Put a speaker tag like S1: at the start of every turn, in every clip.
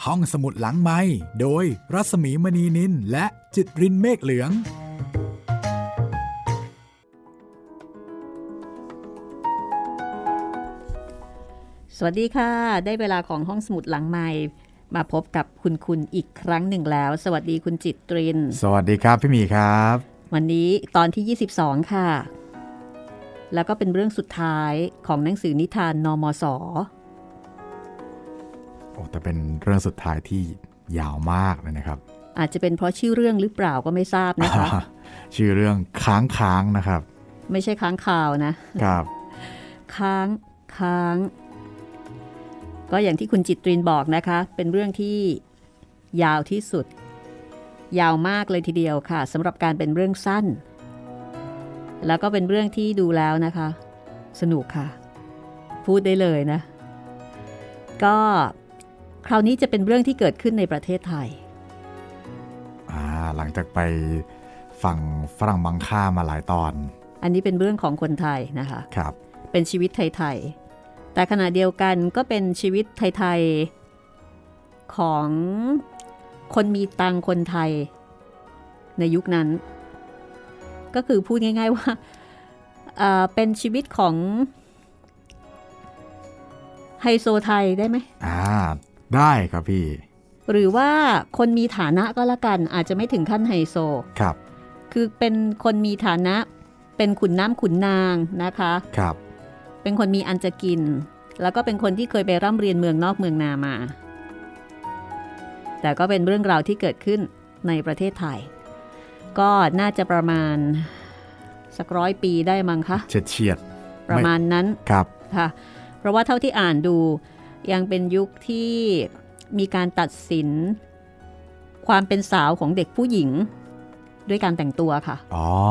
S1: ห้องสมุดหลังไมค์โดยรัศมีมณีนินและจิตรินเมฆเหลือง
S2: สวัสดีค่ะได้เวลาของห้องสมุดหลังไมค์มาพบกับคุณอีกครั้งหนึ่งแล้วสวัสดีคุณจิตริน
S1: สวัสดีครับพี่หมีครับ
S2: วันนี้ตอนที่22ค่ะแล้วก็เป็นเรื่องสุดท้ายของหนังสือนิทานนมส.
S1: โอ้แต่เป็นเรื่องสุดท้ายที่ยาวมากเลยนะครับ
S2: อาจจะเป็นเพราะชื่อเรื่องหรือเปล่าก็ไม่ทราบนะคะ
S1: ชื่อเรื่องค้างนะครับ
S2: ไม่ใช่ค้างคาวนะครับค้างก็อย่างที่คุณจิตรินบอกนะคะเป็นเรื่องที่ยาวที่สุดยาวมากเลยทีเดียวค่ะสำหรับการเป็นเรื่องสั้นแล้วก็เป็นเรื่องที่ดูแล้วนะคะสนุกค่ะพูดได้เลยนะก็คราวนี้จะเป็นเรื่องที่เกิดขึ้นในประเทศไทย
S1: หลังจากไปฝั่งฝรั่งมังค่ามาหลายตอน
S2: อันนี้เป็นเรื่องของคนไทยนะคะ
S1: ครับ
S2: เป็นชีวิตไทยๆแต่ขณะเดียวกันก็เป็นชีวิตไทยๆของคนมีตังคนไทยในยุคนั้นก็คือพูดง่ายๆว่าเป็นชีวิตของไฮโซไทยได้ไหม
S1: ได้ครับพี่
S2: หรือว่าคนมีฐานะก็แล้วกันอาจจะไม่ถึงขั้นไฮโซ
S1: ครับ
S2: คือเป็นคนมีฐานะเป็นขุนน้ำขุนนางนะคะ
S1: ครับ
S2: เป็นคนมีอันจะกินแล้วก็เป็นคนที่เคยไปร่ำเรียนเมืองนอกเมืองนามาแต่ก็เป็นเรื่องราวที่เกิดขึ้นในประเทศไทยก็น่าจะประมาณสัก100 ปีได้มั้งคะ
S1: เฉียด
S2: ประมาณนั้น
S1: ครับ
S2: ค่ะเพราะว่าเท่าที่อ่านดูยังเป็นยุคที่มีการตัดสินความเป็นสาวของเด็กผู้หญิงด้วยการแต่งตัวค่ะ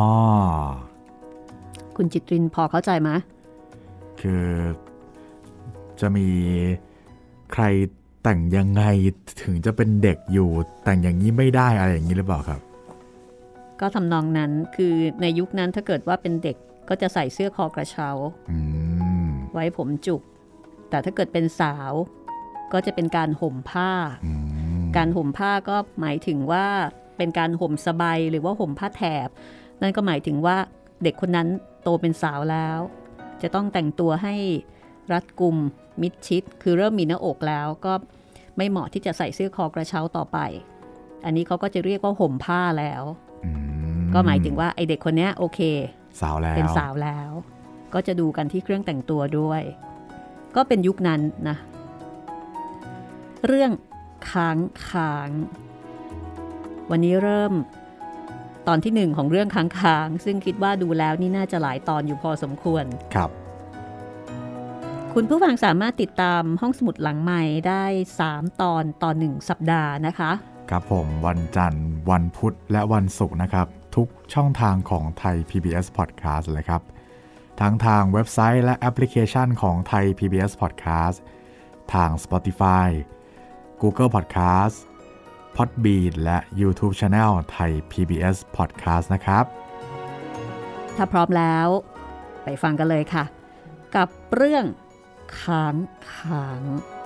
S2: คุณจิตรินพอเข้าใจไหม
S1: คือจะมีใครแต่งยังไงถึงจะเป็นเด็กอยู่แต่งอย่างนี้ไม่ได้อะไรอย่างนี้หรือเปล่าครับ
S2: ก็ทำนองนั้นคือในยุคนั้นถ้าเกิดว่าเป็นเด็กก็จะใส่เสื้อคอกระเช้าไว้ผมจุกแต่ถ้าเกิดเป็นสาวก็จะเป็นการห่มผ้าการห่มผ้าก็หมายถึงว่าเป็นการห่มสบายหรือว่าห่มผ้าแถบนั่นก็หมายถึงว่าเด็กคนนั้นโตเป็นสาวแล้วจะต้องแต่งตัวให้รัดกุมมิดชิดคือเริ่มมีหน้าอกแล้วก็ไม่เหมาะที่จะใส่เสื้อคอกระเช้าต่อไปอันนี้เขาก็จะเรียกว่าห่มผ้าแล้วก็หมายถึงว่าไอเด็กคนนี้โอเค
S1: สาวแล้ว
S2: เป็นสาวแล้วก็จะดูกันที่เครื่องแต่งตัวด้วยก็เป็นยุคนั้นนะเรื่องค้างวันนี้เริ่มตอนที่1ของเรื่องค้างซึ่งคิดว่าดูแล้วนี่น่าจะหลายตอนอยู่พอสมควร
S1: ครับ
S2: คุณผู้ฟังสามารถติดตามห้องสมุดหลังไมค์ได้3 ตอนต่อ1 สัปดาห์นะคะ
S1: ครับผมวันจันทร์วันพุธและวันศุกร์นะครับทุกช่องทางของไทย PBS Podcast เลยครับทั้งทางเว็บไซต์และแอปพลิเคชันของไทย PBS Podcast ทาง Spotify Google Podcast Podbean และ YouTube Channel ไทย PBS Podcast นะครับ
S2: ถ้าพร้อมแล้วไปฟังกันเลยค่ะกับเรื่องค้าง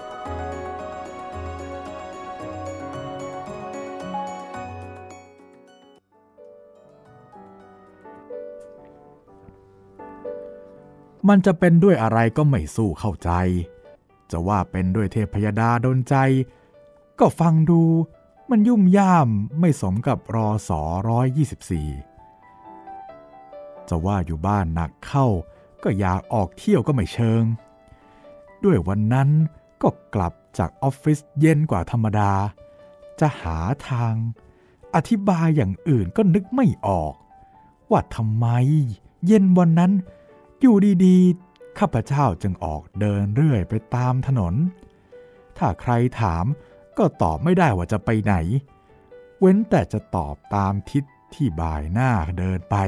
S1: มันจะเป็นด้วยอะไรก็ไม่สู้เข้าใจจะว่าเป็นด้วยเทพยดาดลใจก็ฟังดูมันยุ่มย่ามไม่สมกับรศ124จะว่าอยู่บ้านหนักเข้าก็อยากออกเที่ยวก็ไม่เชิงด้วยวันนั้นก็กลับจากออฟฟิศเย็นกว่าธรรมดาจะหาทางอธิบายอย่างอื่นก็นึกไม่ออกว่าทำไมเย็นวันนั้นอยู่ดีๆข้าพเจ้าจึงออกเดินเรื่อยไปตามถนนถ้าใครถามก็ตอบไม่ได้ว่าจะไปไหนเว้นแต่จะตอบตามทิศที่บ่ายหน้าเดินไป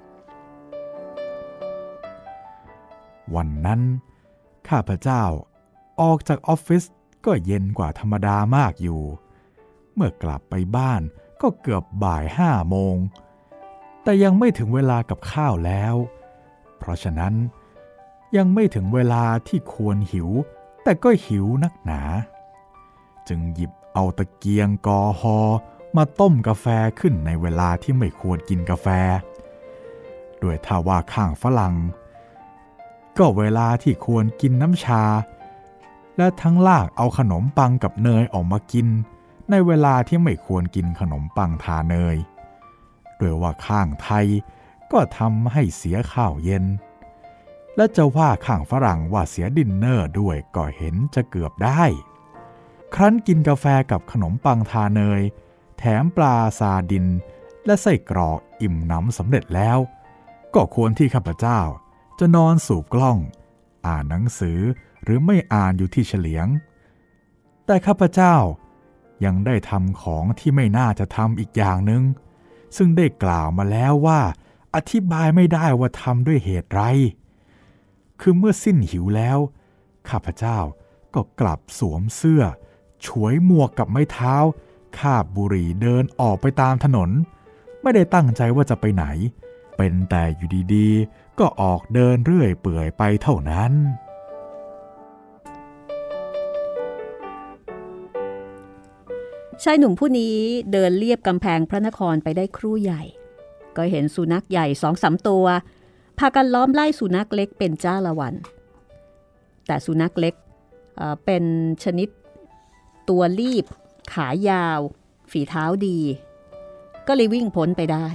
S1: วันนั้นข้าพเจ้าออกจากออฟฟิศก็เย็นกว่าธรรมดามากอยู่เมื่อกลับไปบ้านก็เกือบบ่าย5 โมงแต่ยังไม่ถึงเวลากับข้าวแล้วเพราะฉะนั้นยังไม่ถึงเวลาที่ควรหิวแต่ก็หิวนักหนาจึงหยิบเอาตะเกียงกอฮอมาต้มกาแฟขึ้นในเวลาที่ไม่ควรกินกาแฟโดยถ้าว่าข้างฝรั่งก็เวลาที่ควรกินน้ำชาและทั้งลากเอาขนมปังกับเนยออกมากินในเวลาที่ไม่ควรกินขนมปังทาเนยโดยว่าข้างไทยก็ทำให้เสียข้าวเย็นและจะว่าข้างฝรั่งว่าเสียดินเนอร์ด้วยก็เห็นจะเกือบได้ครั้นกินกาแฟกับขนมปังทาเนยแถมปลาซาดินและไส้กรอกอิ่มหนำสำเร็จแล้วก็ควรที่ข้าพเจ้าจะนอนสูบกล้องอ่านหนังสือหรือไม่อ่านอยู่ที่เฉลียงแต่ข้าพเจ้ายังได้ทำของที่ไม่น่าจะทำอีกอย่างหนึ่งซึ่งได้กล่าวมาแล้วว่าอธิบายไม่ได้ว่าทำด้วยเหตุไรคือเมื่อสิ้นหิวแล้วข้าพเจ้าก็กลับสวมเสื้อฉวยหมวกกับไม้เท้าคาบบุหรี่เดินออกไปตามถนนไม่ได้ตั้งใจว่าจะไปไหนเป็นแต่อยู่ดีๆก็ออกเดินเรื่อยเปื่อยไปเท่านั้น
S2: ชายหนุ่มผู้นี้เดินเลียบกำแพงพระนครไปได้ครู่ใหญ่ก็เห็นสุนัขใหญ่ 2-3 ตัวพากันล้อมไล่สุนัขเล็กเป็นจ้าละวันแต่สุนัขเล็กเป็นชนิดตัวรีบขายาวฝีเท้าดีก็เลยวิ่งพ้นไปได้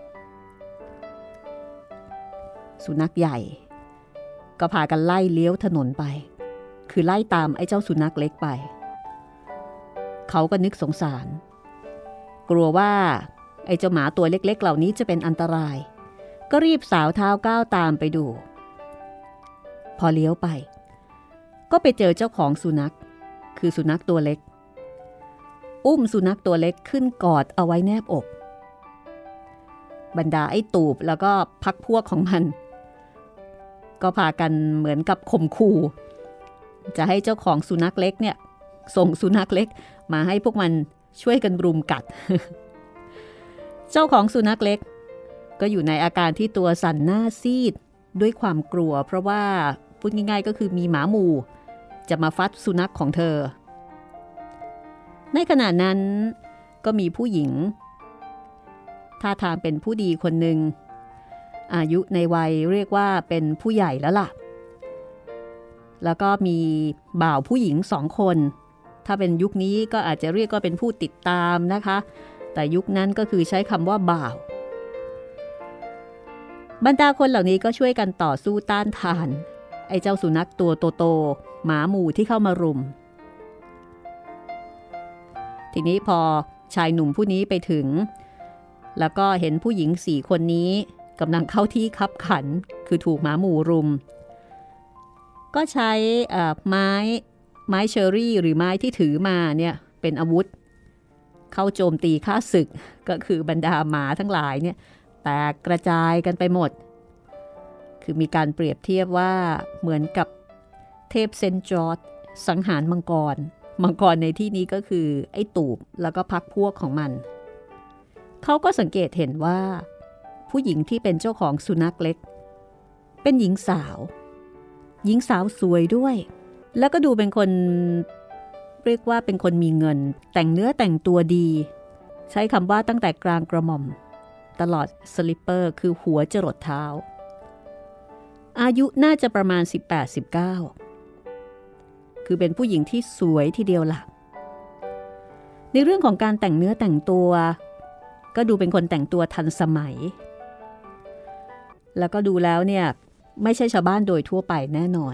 S2: สุนัขใหญ่ก็พากันไล่เลี้ยวถนนไปคือไล่ตามไอ้เจ้าสุนัขเล็กไปเขาก็นึกสงสารกลัวว่าไอ้เจ้าหมาตัวเล็กๆเหล่านี้จะเป็นอันตรายก็รีบสาวเท้าก้าวตามไปดูพอเลี้ยวไปก็ไปเจอเจ้าของสุนัขคือสุนัขตัวเล็กอุ้มสุนัขตัวเล็กขึ้นกอดเอาไว้แนบอกบรรดาไอ้ตูบแล้วก็พักพวกของมันก็พากันเหมือนกับข่มขู่จะให้เจ้าของสุนัขเล็กเนี่ยส่งสุนัขเล็กมาให้พวกมันช่วยกันรุมกัด เจ้าของสุนัขเล็กก็อยู่ในอาการที่ตัวสั่นหน้าซีดด้วยความกลัวเพราะว่าพูดง่ายๆก็คือมีหมาหมู่จะมาฟัดสุนัขของเธอในขณะนั้นก็มีผู้หญิงท่าทางเป็นผู้ดีคนหนึ่งอายุในวัยเรียกว่าเป็นผู้ใหญ่แล้วล่ะแล้วก็มีบ่าวผู้หญิง2 คนถ้าเป็นยุคนี้ก็อาจจะเรียกว่าเป็นผู้ติดตามนะคะแต่ยุคนั้นก็คือใช้คำว่าบ่าวบรรดาคนเหล่านี้ก็ช่วยกันต่อสู้ต้านทานไอ้เจ้าสุนัขตัวโตๆหมาหมู่ที่เข้ามารุมทีนี้พอชายหนุ่มผู้นี้ไปถึงแล้วก็เห็นผู้หญิง4 คนนี้กำลังเข้าที่คับขันคือถูกหมาหมู่รุมก็ใช้ไม้เชอรี่หรือไม้ที่ถือมาเนี่ยเป็นอาวุธเข้าโจมตีข้าศึกก็คือบรรดาหมาทั้งหลายเนี่ยแตกกระจายกันไปหมดคือมีการเปรียบเทียบว่าเหมือนกับเทพเซนต์จอร์จสังหารมังกรในที่นี้ก็คือไอ้ตูบแล้วก็พรรคพวกของมันเขาก็สังเกตเห็นว่าผู้หญิงที่เป็นเจ้าของสุนัขเล็กเป็นหญิงสาวสวยด้วยแล้วก็ดูเป็นคนเรียกว่าเป็นคนมีเงินแต่งเนื้อแต่งตัวดีใช้คำว่าตั้งแต่กลางกระหม่อมตลอดสลิปเปอร์คือหัวจรดเท้าอายุน่าจะประมาณ 18-19 คือเป็นผู้หญิงที่สวยทีเดียวล่ะในเรื่องของการแต่งเนื้อแต่งตัวก็ดูเป็นคนแต่งตัวทันสมัยแล้วก็ดูแล้วเนี่ยไม่ใช่ชาวบ้านโดยทั่วไปแน่นอน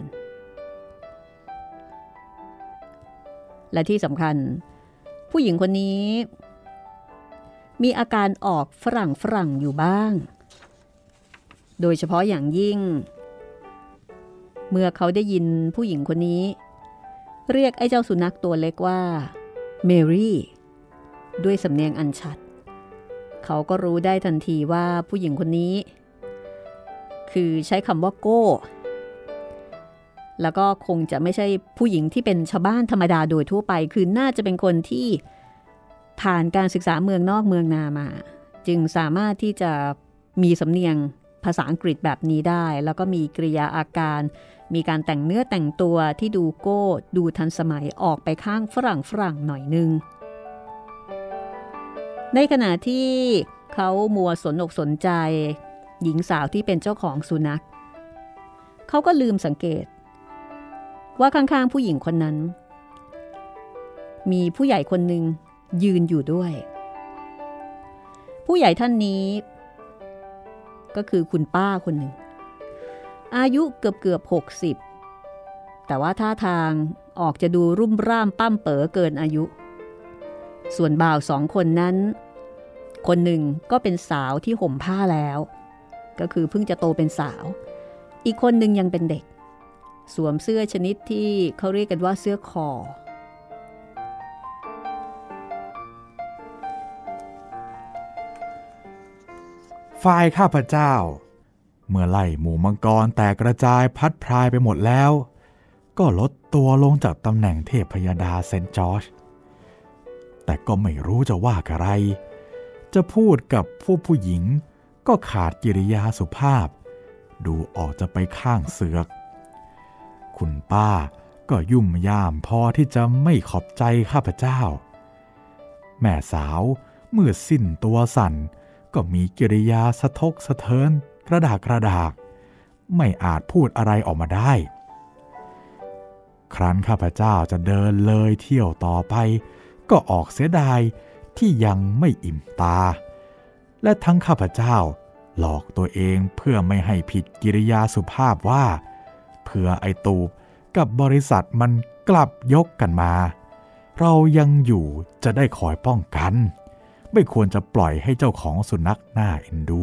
S2: และที่สำคัญผู้หญิงคนนี้มีอาการออกฝรั่งอยู่บ้างโดยเฉพาะอย่างยิ่งเมื่อเขาได้ยินผู้หญิงคนนี้เรียกไอ้เจ้าสุนัขตัวเล็กว่าเมรี่ด้วยสำเนียงอันชัดเขาก็รู้ได้ทันทีว่าผู้หญิงคนนี้คือใช้คำว่าโก้แล้วก็คงจะไม่ใช่ผู้หญิงที่เป็นชาวบ้านธรรมดาโดยทั่วไปคือน่าจะเป็นคนที่ผ่านการศึกษาเมืองนอกเมืองนามาจึงสามารถที่จะมีสำเนียงภาษาอังกฤษแบบนี้ได้แล้วก็มีกริยาอาการมีการแต่งเนื้อแต่งตัวที่ดูโก้ดูทันสมัยออกไปข้างฝรั่งหน่อยนึงในขณะที่เขามัวสนอกสนใจหญิงสาวที่เป็นเจ้าของสุนัขเขาก็ลืมสังเกตว่าข้างๆผู้หญิงคนนั้นมีผู้ใหญ่คนหนึ่งยืนอยู่ด้วยผู้ใหญ่ท่านนี้ก็คือคุณป้าคนหนึ่งอายุเกือบ60แต่ว่าท่าทางออกจะดูรุ่มร่ามปั้มเป๋อเกินอายุส่วนบ่าว2 คนนั้นคนหนึ่งก็เป็นสาวที่ห่มผ้าแล้วก็คือเพิ่งจะโตเป็นสาวอีกคนหนึ่งยังเป็นเด็กสวมเสื้อชนิดที่เขาเรียกกันว่าเสื้อคอ
S1: ฝ่ายข้าพเจ้าเมื่อไล่หมู่มังกรแตกกระจายพัดพรายไปหมดแล้วก็ลดตัวลงจากตำแหน่งเทพยดาเซนต์จอร์จแต่ก็ไม่รู้จะว่าอะไรจะพูดกับผู้หญิงก็ขาดกิริยาสุภาพดูออกจะไปข้างเสือกคุณป้าก็ยุ่มย่ามพอที่จะไม่ขอบใจข้าพเจ้าแม่สาวเมื่อสิ้นตัวสั่นก็มีกิริยาสะทกสะเทินกระดากไม่อาจพูดอะไรออกมาได้ครั้นข้าพเจ้าจะเดินเลยเที่ยวต่อไปก็ออกเสียดายที่ยังไม่อิ่มตาและทั้งข้าพเจ้าหลอกตัวเองเพื่อไม่ให้ผิดกิริยาสุภาพว่าเพื่อไอ้ตูบกับบริษัทมันกลับยกกันมาเรายังอยู่จะได้คอยป้องกันไม่ควรจะปล่อยให้เจ้าของสุนัขน่าเอ็นดู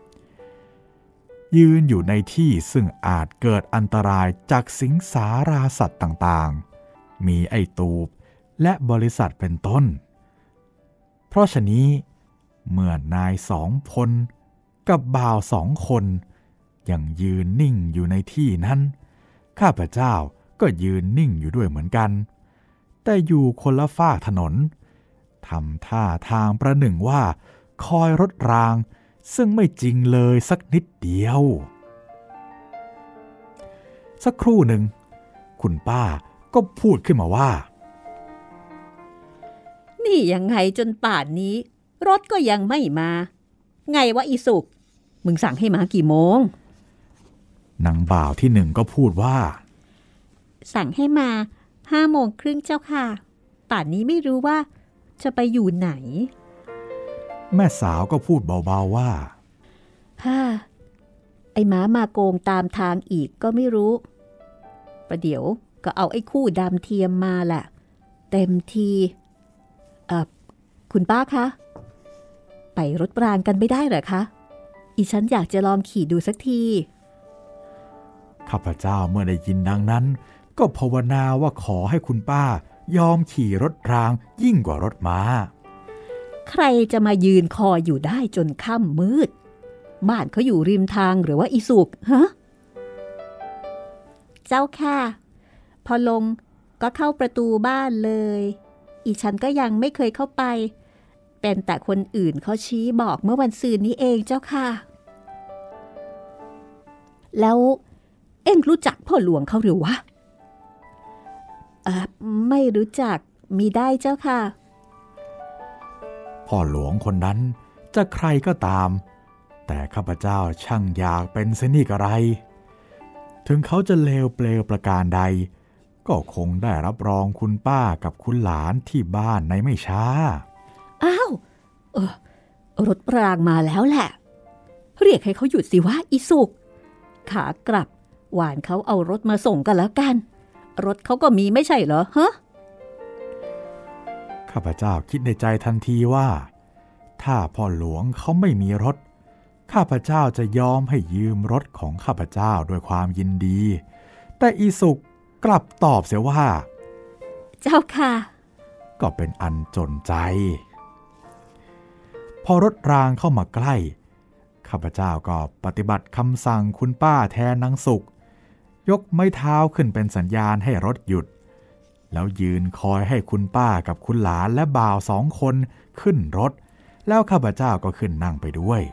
S1: ยืนอยู่ในที่ซึ่งอาจเกิดอันตรายจากสิงสาราสัตว์ต่างๆมีไอ้ตูบและบริษัทเป็นต้นเพราะฉะนี้เมื่อนาย2 คนกับบ่าว2 คนยังยืนนิ่งอยู่ในที่นั้นข้าพเจ้าก็ยืนนิ่งอยู่ด้วยเหมือนกันแต่อยู่คนละฝ้าถนนทำท่าทางประหนึ่งว่าคอยรถรางซึ่งไม่จริงเลยสักนิดเดียวสักครู่หนึ่งคุณป้าก็พูดขึ้นมาว่า
S2: นี่ยังไงจนป่านนี้รถก็ยังไม่มาไงวะอีสุกมึงสั่งให้มากี่โมง
S1: นางบ่าวที่1ก็พูดว่า
S2: สั่งให้มา5:30เจ้าค่ะป่านนี้ไม่รู้ว่าจะไปอยู่ไหน
S1: แม่สาวก็พูดเบาๆว่า
S2: ไอ้ม้ามาโกงตามทางอีกก็ไม่รู้ประเดี๋ยวก็เอาไอ้คู่ดำเทียมมาแหละเต็มทีคุณป้าคะไปรถรางกันไม่ได้เหรอคะอีฉันอยากจะลองขี่ดูสักที
S1: ข้าพเจ้าเมื่อได้ยินดังนั้นก็ภาวนาว่าขอให้คุณป้ายอมขี่รถรางยิ่งกว่ารถม้า
S2: ใครจะมายืนคอยอยู่ได้จนค่ำมืดบ้านเขาอยู่ริมทางหรือว่าอีสุกฮะเจ้าค่ะพอลงก็เข้าประตูบ้านเลยอีฉันก็ยังไม่เคยเข้าไปเป็นแต่คนอื่นเขาชี้บอกเมื่อวันซืนนี้เองเจ้าค่ะแล้วเอ็งรู้จักพ่อหลวงเขาหรือวะไม่รู้จักมีได้เจ้าค่ะ
S1: พ่อหลวงคนนั้นจะใครก็ตามแต่ข้าพเจ้าช่างอยากเป็นเสนิทอะไรถึงเขาจะเลวเปลวประการใดก็คงได้รับรองคุณป้ากับคุณหลานที่บ้านในไม่ช้า
S2: อ้าวรถรางมาแล้วแหละเรียกให้เขาหยุดสิวะอีสุกขากลับหวานเขาเอารถมาส่งกันแล้วกันรถเขาก็มีไม่ใช่เหรอฮะ
S1: ข้าพเจ้าคิดในใจทันทีว่าถ้าพ่อหลวงเขาไม่มีรถข้าพเจ้าจะยอมให้ยืมรถของข้าพเจ้าด้วยความยินดีแต่อีสุกกลับตอบเสียว่า
S2: เจ้าค่ะ
S1: ก็เป็นอันจนใจพอรถรางเข้ามาใกล้ข้าพเจ้าก็ปฏิบัติคำสั่งคุณป้าแทนนางสุกยกไม้เท้าขึ้นเป็นสัญญาณให้รถหยุดแล้วยืนคอยให้คุณป้ากับคุณหลานและบ่าว2 คนขึ้นรถแล้วข้าพเจ้าก็ขึ้นนั่งไปด้วย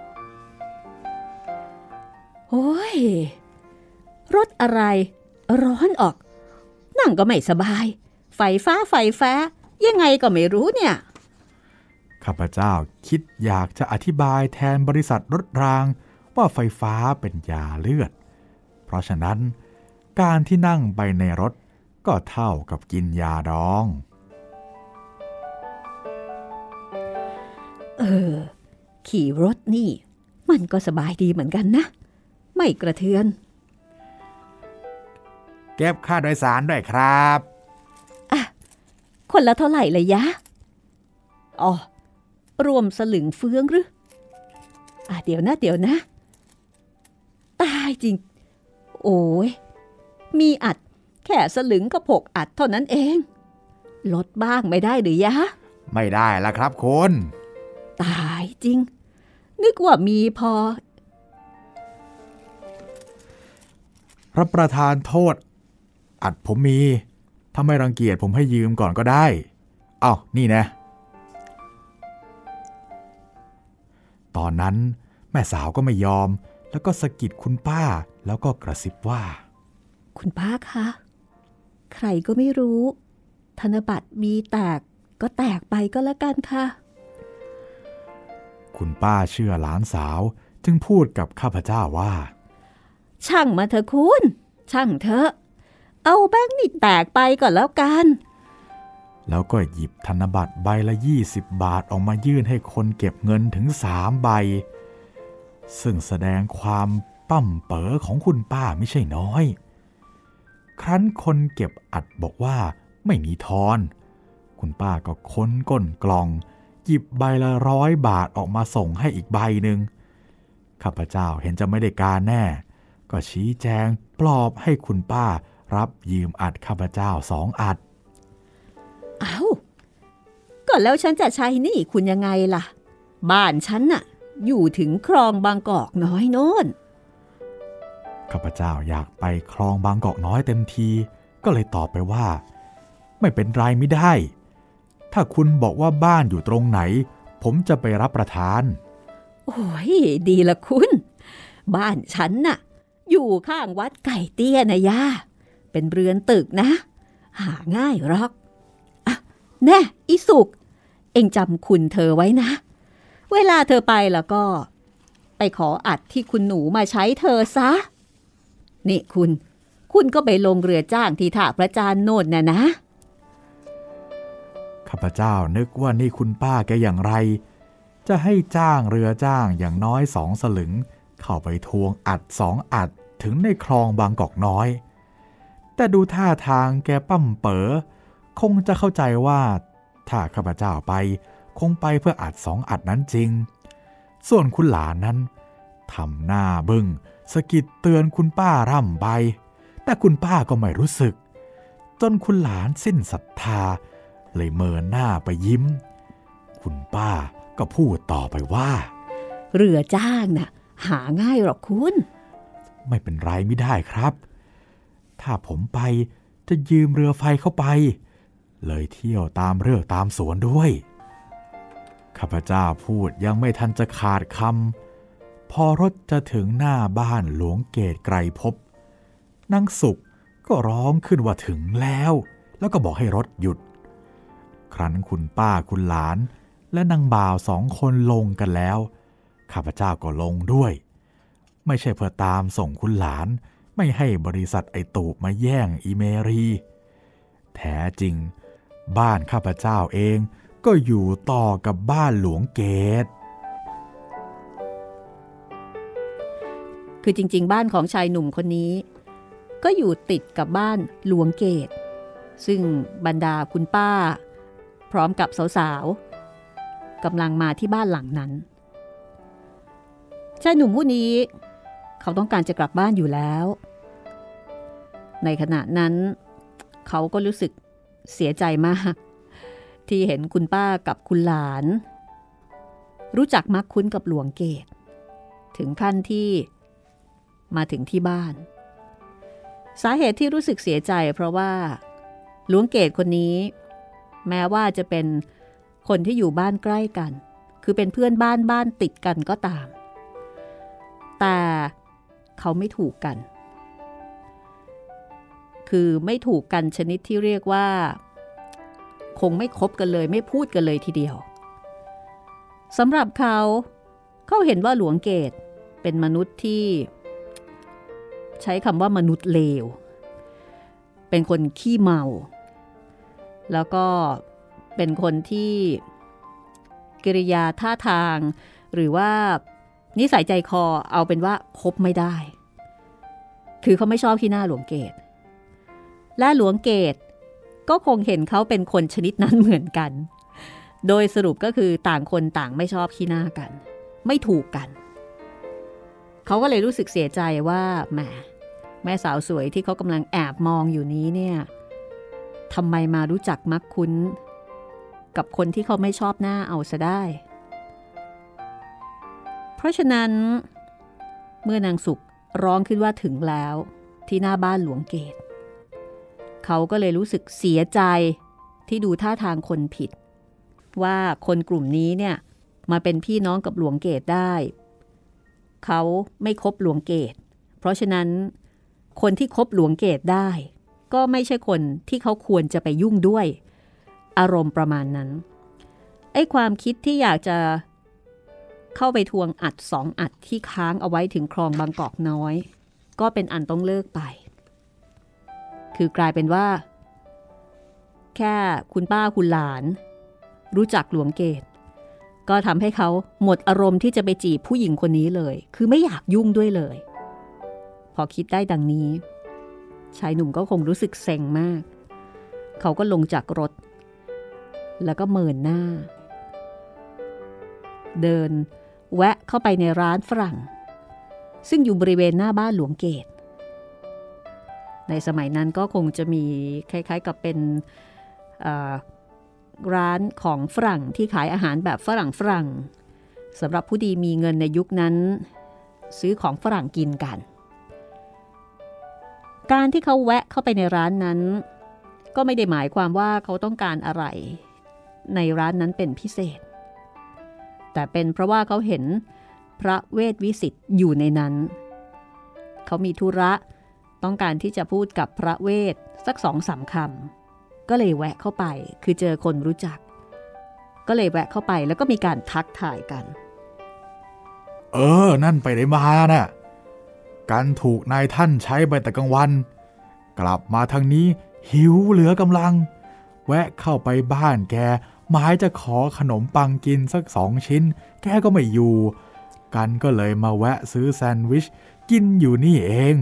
S2: โอ้ยรถอะไรร้อนออกนั่งก็ไม่สบายไฟฟ้ายังไงก็ไม่รู้เนี่ย
S1: ข้าพเจ้าคิดอยากจะอธิบายแทนบริษัทรถรางว่าไฟฟ้าเป็นยาเลือดเพราะฉะนั้นการที่นั่งไปในรถก็เท่ากับกินยาดอง
S2: ขี่รถนี่มันก็สบายดีเหมือนกันนะไม่กระเทือน
S1: เก็บค่าโดยสารด้วยครับ
S2: คนละเท่าไหร่เลยยะอ๋อรวมสลึงเฟืองหรือเดี๋ยวนะตายจริงโอ้ยมีอัดแค่สลึงกับ6 อัดเท่านั้นเองลดบ้างไม่ได้หรือยะ
S1: ไม่ได้ละครับคุณ
S2: ตายจริงนึกว่ามีพอ
S1: รับประทานโทษอัดผมมีถ้าไม่รังเกียจผมให้ยืมก่อนก็ได้นี่นะตอนนั้นแม่สาวก็ไม่ยอมแล้วก็สะกิดคุณป้าแล้วก็กระซิบว่า
S2: คุณป้าคะใครก็ไม่รู้ธนบัตรมีแตกก็แตกไปก็แล้วกันค่ะ
S1: คุณป้าเชื่อหลานสาวจึงพูดกับข้าพเจ้าว่า
S2: ช่างมาเถอะคุณช่างเถอะเอาแบงค์นี่แตกไปก่อนแล้วกัน
S1: แล้วก็หยิบธนบัตรใบละ20 บาทออกมายื่นให้คนเก็บเงินถึง3 ใบซึ่งแสดงความปั้มเป๋อของคุณป้าไม่ใช่น้อยครั้นคนเก็บอัดบอกว่าไม่มีทอนคุณป้าก็ค้นก้นกล่องหยิบใบละ100 บาทออกมาส่งให้อีกใบหนึ่งข้าพเจ้าเห็นจะไม่ได้การแน่ก็ชี้แจงปลอบให้คุณป้ารับยืมอัดข้าพเจ้า2 อัด
S2: ก็แล้วฉันจะใช้หนี้คุณยังไงล่ะบ้านฉันน่ะอยู่ถึงคลองบางกอกน้อยโน่น
S1: ข้าพเจ้าอยากไปคลองบางกอกน้อยเต็มทีก็เลยตอบไปว่าไม่เป็นไรไม่ได้ถ้าคุณบอกว่าบ้านอยู่ตรงไหนผมจะไปรับประทาน
S2: โอ้ยดีละคุณบ้านฉันน่ะอยู่ข้างวัดไก่เตี้ยนะย่าเป็นเรือนตึกนะหาง่ายหรอกแน่อีสุกเอ็งจำคุณเธอไว้นะเวลาเธอไปแล้วก็ไปขออัดที่คุณหนูมาใช้เธอซะนี่คุณก็ไปลงเรือจ้างที่ท่าพระจันทร์โน่นนะ
S1: ข้าพเจ้านึกว่านี่คุณป้าแกอย่างไรจะให้จ้างเรือจ้างอย่างน้อย2 สลึงเข้าไปทวงอัด2 อัดถึงในคลองบางกอกน้อยแต่ดูท่าทางแกปั้มเป๋อคงจะเข้าใจว่าถ้าข้าพเจ้าไปคงไปเพื่ออัด2 อัดนั้นจริงส่วนคุณหลานนั้นทำหน้าบึ้งสะกิดเตือนคุณป้าร่ำไปแต่คุณป้าก็ไม่รู้สึกจนคุณหลานสิ้นศรัทธาเลยเมินหน้าไปยิ้มคุณป้าก็พูดต่อไปว่า
S2: เรือจ้างน่ะหาง่ายหรอกคุณ
S1: ไม่เป็นไรไม่ได้ครับถ้าผมไปจะยืมเรือไฟเข้าไปเลยเที่ยวตามเรือตามสวนด้วยข้าพเจ้าพูดยังไม่ทันจะขาดคำพอรถจะถึงหน้าบ้านหลวงเกตไกรภพนางสุขก็ร้องขึ้นว่าถึงแล้วก็บอกให้รถหยุดครั้นคุณป้าคุณหลานและนางบ่าว2 คนลงกันแล้วข้าพเจ้าก็ลงด้วยไม่ใช่เพื่อตามส่งคุณหลานไม่ให้บริษัทไอตูบมาแย่งอีเมรีแท้จริงบ้านข้าพเจ้าเองก็อยู่ต่อกับบ้านหลวงเกต
S2: คือจริงๆบ้านของชายหนุ่มคนนี้ก็อยู่ติดกับบ้านหลวงเกตซึ่งบรรดาคุณป้าพร้อมกับสาวๆกำลังมาที่บ้านหลังนั้นชายหนุ่มผู้นี้เขาต้องการจะกลับบ้านอยู่แล้วในขณะนั้นเขาก็รู้สึกเสียใจมากที่เห็นคุณป้ากับคุณหลานรู้จักมักคุ้นกับหลวงเกตถึงขั้นที่มาถึงที่บ้านสาเหตุที่รู้สึกเสียใจเพราะว่าหลวงเกตคนนี้แม้ว่าจะเป็นคนที่อยู่บ้านใกล้กันคือเป็นเพื่อนบ้านติดกันก็ตามแต่เขาไม่ถูกกันคือไม่ถูกกันชนิดที่เรียกว่าคงไม่คบกันเลยไม่พูดกันเลยทีเดียวสำหรับเขาเห็นว่าหลวงเกตเป็นมนุษย์ที่ใช้คำว่ามนุษย์เลวเป็นคนขี้เมาแล้วก็เป็นคนที่กิริยาท่าทางหรือว่านิสัยใจคอเอาเป็นว่าคบไม่ได้คือเขาไม่ชอบขี้หน้าหลวงเกตและหลวงเกตก็คงเห็นเขาเป็นคนชนิดนั้นเหมือนกันโดยสรุปก็คือต่างคนต่างไม่ชอบขี้หน้ากันไม่ถูกกันเขาก็เลยรู้สึกเสียใจว่าแม่สาวสวยที่เขากำลังแอบมองอยู่นี้เนี่ยทำไมมารู้จักมักคุ้นกับคนที่เขาไม่ชอบหน้าเอาซะได้เพราะฉะนั้นเมื่อนางสุขร้องขึ้นว่าถึงแล้วที่หน้าบ้านหลวงเกตเขาก็เลยรู้สึกเสียใจที่ดูท่าทางคนผิดว่าคนกลุ่มนี้เนี่ยมาเป็นพี่น้องกับหลวงเกตได้เขาไม่คบหลวงเกตเพราะฉะนั้นคนที่คบหลวงเกตได้ก็ไม่ใช่คนที่เขาควรจะไปยุ่งด้วยอารมณ์ประมาณนั้นไอ้ความคิดที่อยากจะเข้าไปทวงอัด2 อัดที่ค้างเอาไว้ถึงคลองบางกอกน้อยก็เป็นอันต้องเลิกไปคือกลายเป็นว่าแค่คุณป้าคุณหลานรู้จักหลวงเกตก็ทำให้เขาหมดอารมณ์ที่จะไปจีบผู้หญิงคนนี้เลยคือไม่อยากยุ่งด้วยเลยพอคิดได้ดังนี้ชายหนุ่มก็คงรู้สึกเซ็งมากเขาก็ลงจากรถแล้วก็เมินหน้าเดินแวะเข้าไปในร้านฝรั่งซึ่งอยู่บริเวณหน้าบ้านหลวงเกตในสมัยนั้นก็คงจะมีคล้ายๆกับเป็นร้านของฝรั่งที่ขายอาหารแบบฝรั่งสำหรับผู้ดีมีเงินในยุคนั้นซื้อของฝรั่งกินกันการที่เขาแวะเข้าไปในร้านนั้นก็ไม่ได้หมายความว่าเขาต้องการอะไรในร้านนั้นเป็นพิเศษแต่เป็นเพราะว่าเขาเห็นพระเวทวิสิทธิ์อยู่ในนั้นเขามีธุระต้องการที่จะพูดกับพระเวทสัก 2-3 คำก็เลยแวะเข้าไปคือเจอคนรู้จักก็เลยแวะเข้าไปแล้วก็มีการทักทายกัน
S1: นั่นไปได้มาน่ะการถูกนายท่านใช้ไปแต่กลางวันกลับมาทางนี้หิวเหลือกำลังแวะเข้าไปบ้านแกหมายจะขอขนมปังกินสัก2 ชิ้นแกก็ไม่อยู่กันก็เลยมาแวะซื้อแซนด์วิชกินอยู่นี่เอง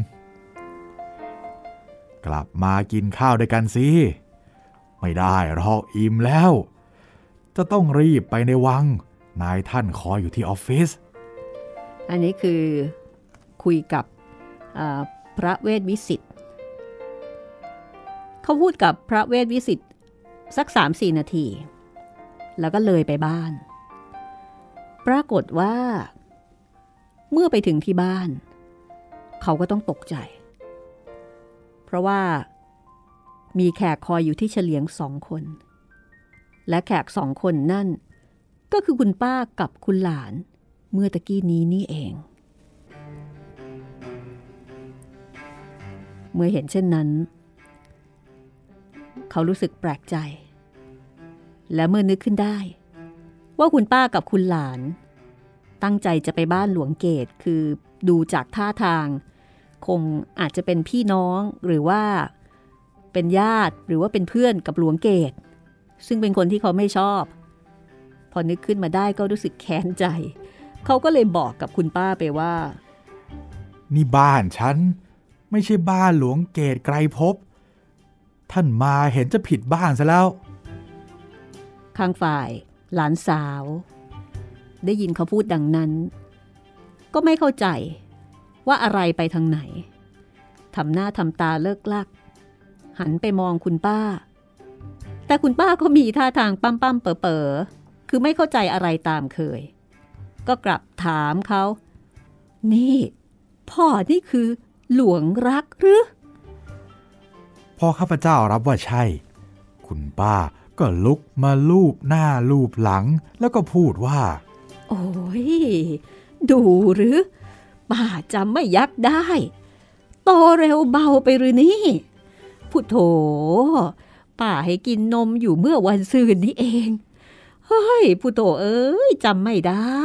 S1: กลับมากินข้าวด้วยกันสิไม่ได้หรอกอิ่มแล้วจะต้องรีบไปในวังนายท่านคอยอยู่ที่ออฟฟิศ
S2: อันนี้คือคุยกับพระเวทวิสิทธิ์เขาพูดกับพระเวทวิสิทธิ์สัก 3-4 นาทีแล้วก็เลยไปบ้านปรากฏว่าเมื่อไปถึงที่บ้านเขาก็ต้องตกใจเพราะว่ามีแขกคอยอยู่ที่เฉลียง2 คนและแขก2 คนนั่นก็คือคุณป้ากับคุณหลานเมื่อตะกี้นี้นี่เองเมื่อเห็นเช่นนั้นเขารู้สึกแปลกใจและเมื่อนึกขึ้นได้ว่าคุณป้ากับคุณหลานตั้งใจจะไปบ้านหลวงเกตคือดูจากท่าทางคงอาจจะเป็นพี่น้องหรือว่าเป็นญาติหรือว่าเป็นเพื่อนกับหลวงเกตซึ่งเป็นคนที่เขาไม่ชอบพอนึกขึ้นมาได้ก็รู้สึกแค้นใจเขาก็เลยบอกกับคุณป้าไปว่า
S1: นี่บ้านฉันไม่ใช่บ้านหลวงเกตไกรภพท่านมาเห็นจะผิดบ้านซะแล้ว
S2: ข้างฝ่ายหลานสาวได้ยินเขาพูดดังนั้นก็ไม่เข้าใจว่าอะไรไปทางไหนทำหน้าทำตาเลิกลักหันไปมองคุณป้าแต่คุณป้าก็มีท่าทางปั้มๆเป๋อๆคือไม่เข้าใจอะไรตามเคยก็กลับถามเขานี่พ่อนี่คือหลวงรักหรือ
S1: พ่อข้าพเจ้ารับว่าใช่คุณป้าก็ลุกมาลูบหน้าลูบหลังแล้วก็พูดว่า
S2: โอ้ยดูหรือป้าจำไม่ยักได้โตเร็วเบาไปหรือนี่พุทโธป้าให้กินนมอยู่เมื่อวันซืนนี้เองเฮ้ยผู้โตเอ้ยจำไม่ได้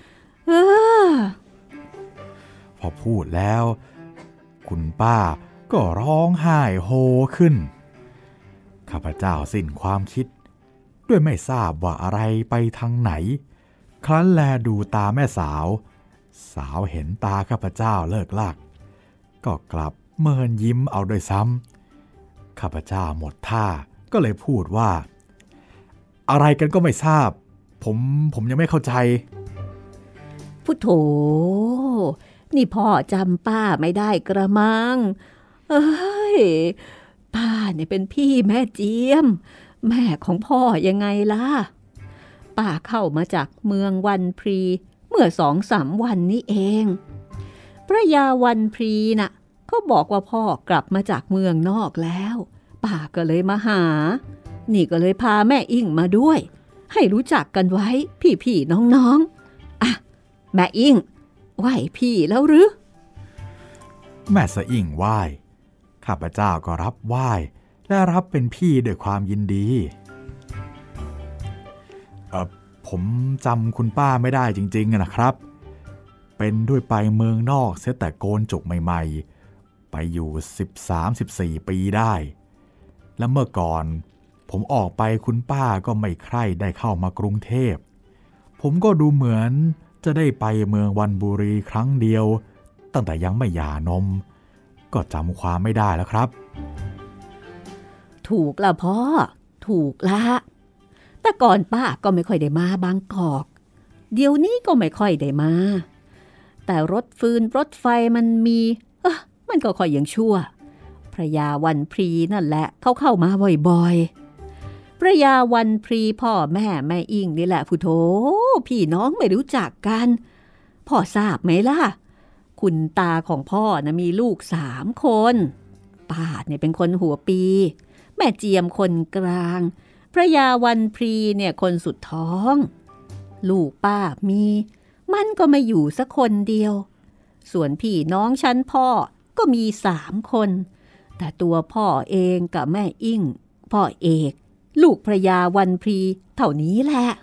S1: พอพูดแล้วคุณป้าก็ร้องไห้โฮขึ้นข้าพเจ้าสิ้นความคิดด้วยไม่ทราบว่าอะไรไปทางไหนครั้นแลดูตาแม่สาวเห็นตาข้าพเจ้าเลิกลากก็กลับเมินยิ้มเอาโดยซ้ำข้าพเจ้าหมดท่าก็เลยพูดว่าอะไรกันก็ไม่ทราบผมยังไม่เข้าใจ
S2: พุทโธนี่พ่อจำป้าไม่ได้กระมังเอ้ยป้าเนี่ยเป็นพี่แม่เจียมแม่ของพ่อยังไงล่ะป้าเข้ามาจากเมืองวันพรีเมื่อ2-3 วันนี้เองพระยาวันพรีน่ะเขาบอกว่าพ่อกลับมาจากเมืองนอกแล้วป้าก็เลยมาหานี่ก็เลยพาแม่อิ่งมาด้วยให้รู้จักกันไว้พี่ๆน้องๆอ่ะแม่อิ่งไหว้พี่แล้วหรือ
S1: แม่สะอิ่งไหว้ข้าพเจ้าก็รับไหว้และรับเป็นพี่ด้วยความยินดีผมจำคุณป้าไม่ได้จริงๆนะครับเป็นด้วยไปเมืองนอกเสียแต่โกนจุกใหม่ๆไปอยู่13-14 ปีได้และเมื่อก่อนผมออกไปคุณป้าก็ไม่ใคร่ได้เข้ามากรุงเทพผมก็ดูเหมือนจะได้ไปเมืองวันบุรีครั้งเดียวตั้งแต่ยังไม่หย่านมก็จำความไม่ได้แล้วครับ
S2: ถูกละพ่อถูกละแต่ก่อนป้าก็ไม่ค่อยได้มาบางกอกเดี๋ยวนี้ก็ไม่ค่อยได้มาแต่รถฟืนรถไฟมันมีมันก็ค่อยยังชั่วพระยาวันพรีนั่นแหละเข้ามาบ่อยๆพระยาวันพรีพ่อแม่อิ่งนี่แหละพุโธพี่น้องไม่รู้จักกันพ่อทราบไหมล่ะคุณตาของพ่อนะมีลูก3 คนป้าเนี่ยเป็นคนหัวปีแม่เจียมคนกลางพระยาวันพรีเนี่ยคนสุดท้องลูกป้ามีมันก็ไม่อยู่สักคนเดียวส่วนพี่น้องชั้นพ่อก็มี3 คนแต่ตัวพ่อเองกับแม่อิ่งพ่อเอกลูกพระยาวันพรีเท่านี้แหละ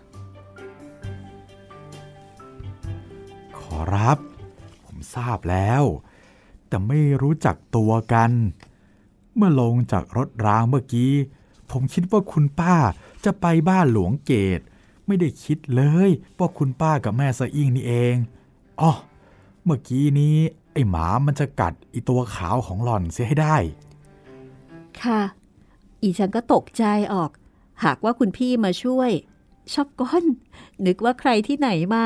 S1: ขอรับผมทราบแล้วแต่ไม่รู้จักตัวกันเมื่อลงจากรถรางเมื่อกี้ผมคิดว่าคุณป้าจะไปบ้านหลวงเกตไม่ได้คิดเลยว่าคุณป้ากับแม่สะอิ่งนี่เองอ๋อเมื่อกี้นี้ไอ้หมามันจะกัดอีตัวขาวของหล่อนเสียให้ได้
S2: ค่ะอีฉันก็ตกใจออกหากว่าคุณพี่มาช่วยช็อกก้อนนึกว่าใครที่ไหนมา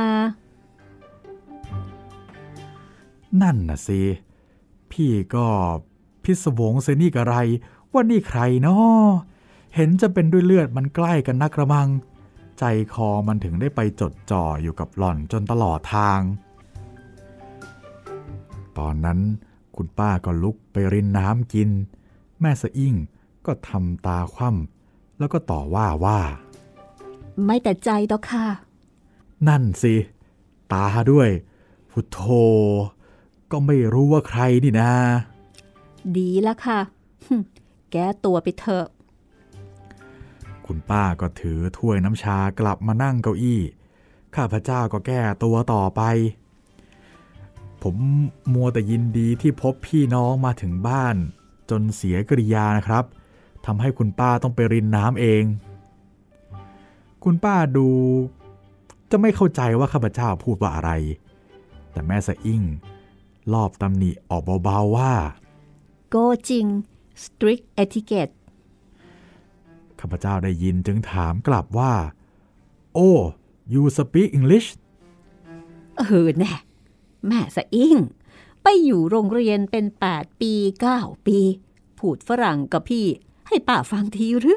S1: นั่นน่ะสิพี่ก็พิศวงเซนี่กับไรว่านี่ใครเนาะเห็นจะเป็นด้วยเลือดมันใกล้กันนักกระมังใจคอมันถึงได้ไปจดจ่ออยู่กับหล่อนจนตลอดทางตอนนั้นคุณป้าก็ลุกไปรินน้ำกินแม่สะอิ่งก็ทำตาคว่ำแล้วก็ต่อว่า
S2: ไม่แต่ใจดอกค่ะ
S1: นั่นสิตาด้วยพุทโธก็ไม่รู้ว่าใครนี่นะ
S2: ดีละค่ะแก้ตัวไปเถอะ
S1: คุณป้าก็ถือถ้วยน้ำชากลับมานั่งเก้าอี้ข้าพเจ้าก็แก้ตัวต่อไปผมมัวแต่ยินดีที่พบพี่น้องมาถึงบ้านจนเสียกริยานะครับทำให้คุณป้าต้องไปรินน้ำเองคุณป้าดูจะไม่เข้าใจว่าข้าพเจ้าพูดว่าอะไรแต่แม่สะอิ่งลอบตำหนิออกเบาๆว่า
S2: โกจริง strict etiquette
S1: ข้าพเจ้าได้ยินจึงถามกลับว่าโอ้ you speak English
S2: แน่แม่สะอิ่งไปอยู่โรงเรียนเป็น8 ปี 9 ปีพูดฝรั่งกับพี่ให้ป้าฟังทีหรือ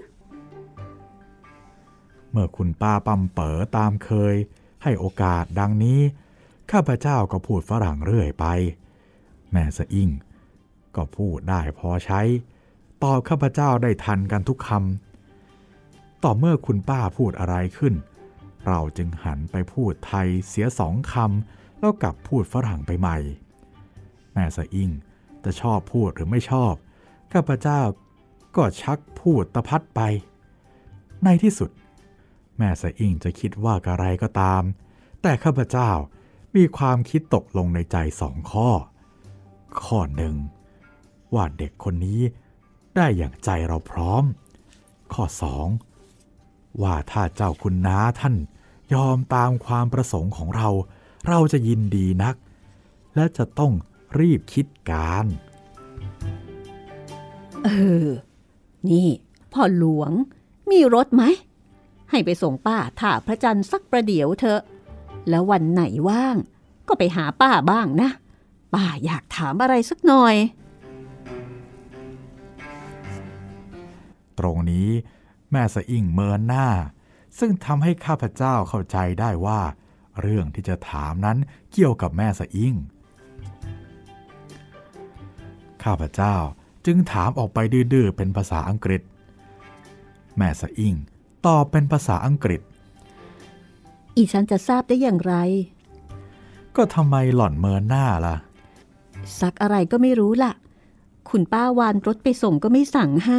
S1: เมื่อคุณป้าปั๊มเป๋อตามเคยให้โอกาสดังนี้ข้าพเจ้าก็พูดฝรั่งเรื่อยไปแม่สะอิ่งก็พูดได้พอใช้ตอบข้าพเจ้าได้ทันกันทุกคำต่อเมื่อคุณป้าพูดอะไรขึ้นเราจึงหันไปพูดไทยเสีย2 คำแล้วกลับพูดฝรั่งไปใหม่แม่สะอิ่งจะชอบพูดหรือไม่ชอบข้าพเจ้าก็ชักพูดตะพัดไปในที่สุดแม่สะอิ่งจะคิดว่าอะไรก็ตามแต่ข้าพเจ้ามีความคิดตกลงในใจ2 ข้อข้อหนึ่งว่าเด็กคนนี้ได้อย่างใจเราพร้อมข้อ2ว่าถ้าเจ้าคุณน้าท่านยอมตามความประสงค์ของเราจะยินดีนักและจะต้องรีบคิดการ
S2: นี่พ่อหลวงมีรถไหมให้ไปส่งป้าท่าพระจันทร์สักประเดี๋ยวเถอะแล้ววันไหนว่างก็ไปหาป้าบ้างนะป้าอยากถามอะไรสักหน่อย
S1: ตรงนี้แม่สะอิ่งเมินหน้าซึ่งทำให้ข้าพเจ้าเข้าใจได้ว่าเรื่องที่จะถามนั้นเกี่ยวกับแม่สะอิ่งข้าพเจ้าจึงถามออกไปดื้อๆเป็นภาษาอังกฤษแม่สะอิ่งตอบเป็นภาษาอังกฤษ
S2: อีฉันจะทราบได้อย่างไร
S1: ก็ทำไมหล่อนเมินหน้าล่ะ
S2: ซักอะไรก็ไม่รู้ล่ะคุณป้าวานรถไปส่งก็ไม่สั่งให้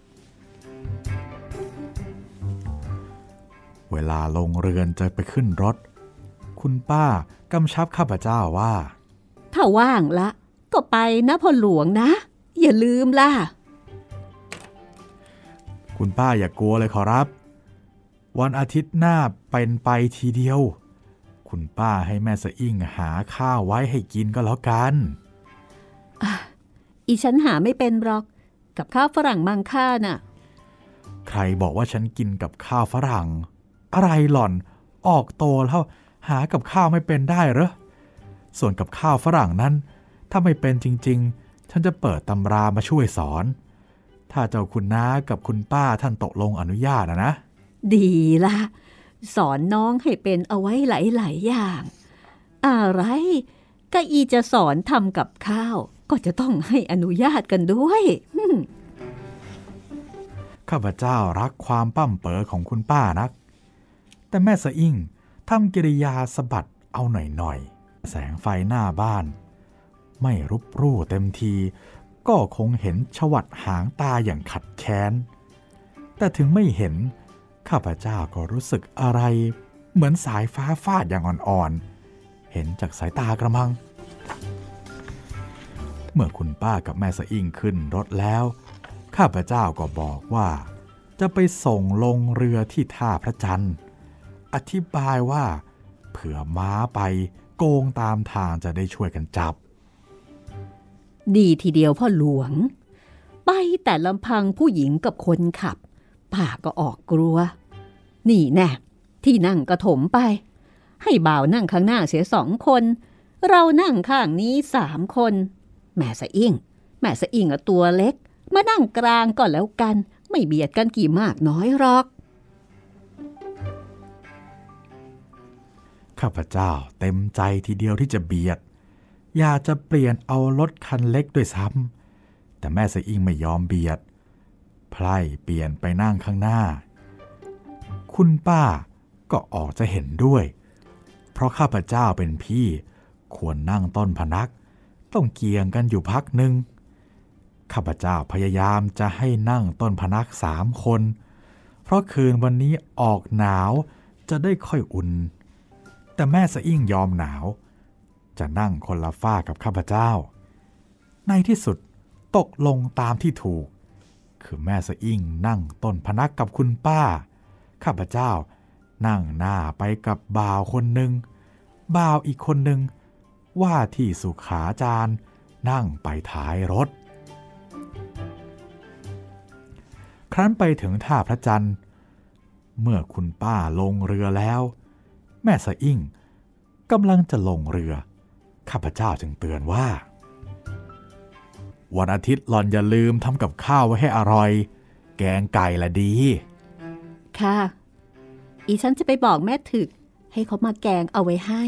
S1: เวลาลงเรือนจะไปขึ้นรถคุณป้ากำชับข้าพเจ้าว่า
S2: ถ้าว่างละก็ไปนะพ่อหลวงนะอย่าลืมล่ะ
S1: คุณป้าอย่ากลัวเลยขอรับวันอาทิตย์หน้าเป็นไปทีเดียวคุณป้าให้แม่สะอิ่งหาข้าวไว้ให้กินก็แล้วกัน
S2: อีฉันหาไม่เป็นหรอกกับข้าวฝรั่งมังค่าน่ะ
S1: ใครบอกว่าฉันกินกับข้าวฝรั่งอะไรหล่อนออกโตแล้วหากับข้าวไม่เป็นได้เหรอส่วนกับข้าวฝรั่งนั้นถ้าไม่เป็นจริงๆฉันจะเปิดตำรามาช่วยสอนถ้าเจ้าคุณน้ากับคุณป้าท่านตกลงอนุญาตนะ
S2: ดีละสอนน้องให้เป็นเอาไว้หลายๆอย่างอะไรก็อีจะสอนทำกับข้าวก็จะต้องให้อนุญาตกันด้วย
S1: ข้าพเจ้ารักความปั้มเป๋อของคุณป้านักแต่แม่สะอิ่งทำกิริยาสะบัดเอาหน่อยๆแสงไฟหน้าบ้านไม่รุบรู่เต็มทีก็คงเห็นชวัดหางตาอย่างขัดแค้นแต่ถึงไม่เห็นข้าพเจ้าก็รู้สึกอะไรเหมือนสายฟ้าฟาดอย่างอ่อนๆเห็นจากสายตากระมังเมื่อคุณป้ากับแม่สะอิ่งขึ้นรถแล้วข้าพเจ้าก็บอกว่าจะไปส่งลงเรือที่ท่าพระจันทร์อธิบายว่าเผื่อม้าไปโกงตามทางจะได้ช่วยกันจับ
S2: ดีทีเดียวพ่อหลวงไปแต่ลำพังผู้หญิงกับคนขับป้าก็ออกกลัวนี่แน่ที่นั่งกระถมไปให้บ่าวนั่งข้างหน้าเสีย2 คนเรานั่งข้างนี้3 คนแม่สะอิ่งตัวเล็กมานั่งกลางก่อนแล้วกันไม่เบียดกันกี่มากน้อยหรอก
S1: ข้าพเจ้าเต็มใจทีเดียวที่จะเบียดอยากจะเปลี่ยนเอารถคันเล็กด้วยซ้ำแต่แม่สะอิ่งไม่ยอมเบียดไพร่เปลี่ยนไปนั่งข้างหน้าคุณป้าก็ออกจะเห็นด้วยเพราะข้าพเจ้าเป็นพี่ควรนั่งต้นพนักต้องเกี่ยงกันอยู่พักหนึ่งข้าพเจ้าพยายามจะให้นั่งต้นพนัก3 คนเพราะคืนวันนี้ออกหนาวจะได้ค่อยอุ่นแต่แม่สะอิ่งยอมหนาวจะนั่งคนละฝ้ากับข้าพเจ้าในที่สุดตกลงตามที่ถูกคือแม่สะอิ่งนั่งต้นพนักกับคุณป้าข้าพเจ้านั่งหน้าไปกับบ่าวคนหนึ่งบ่าวอีกคนหนึ่งว่าที่สุขาจารย์นั่งไปท้ายรถครั้นไปถึงท่าพระจันทร์เมื่อคุณป้าลงเรือแล้วแม่สะอิ่งกำลังจะลงเรือข้าพเจ้าจึงเตือนว่าวันอาทิตย์หล่อนอย่าลืมทำกับข้าวไว้ให้อร่อยแกงไก่ละดี
S2: ค่ะอีฉันจะไปบอกแม่ถึกให้เขามาแกงเอาไว้ให้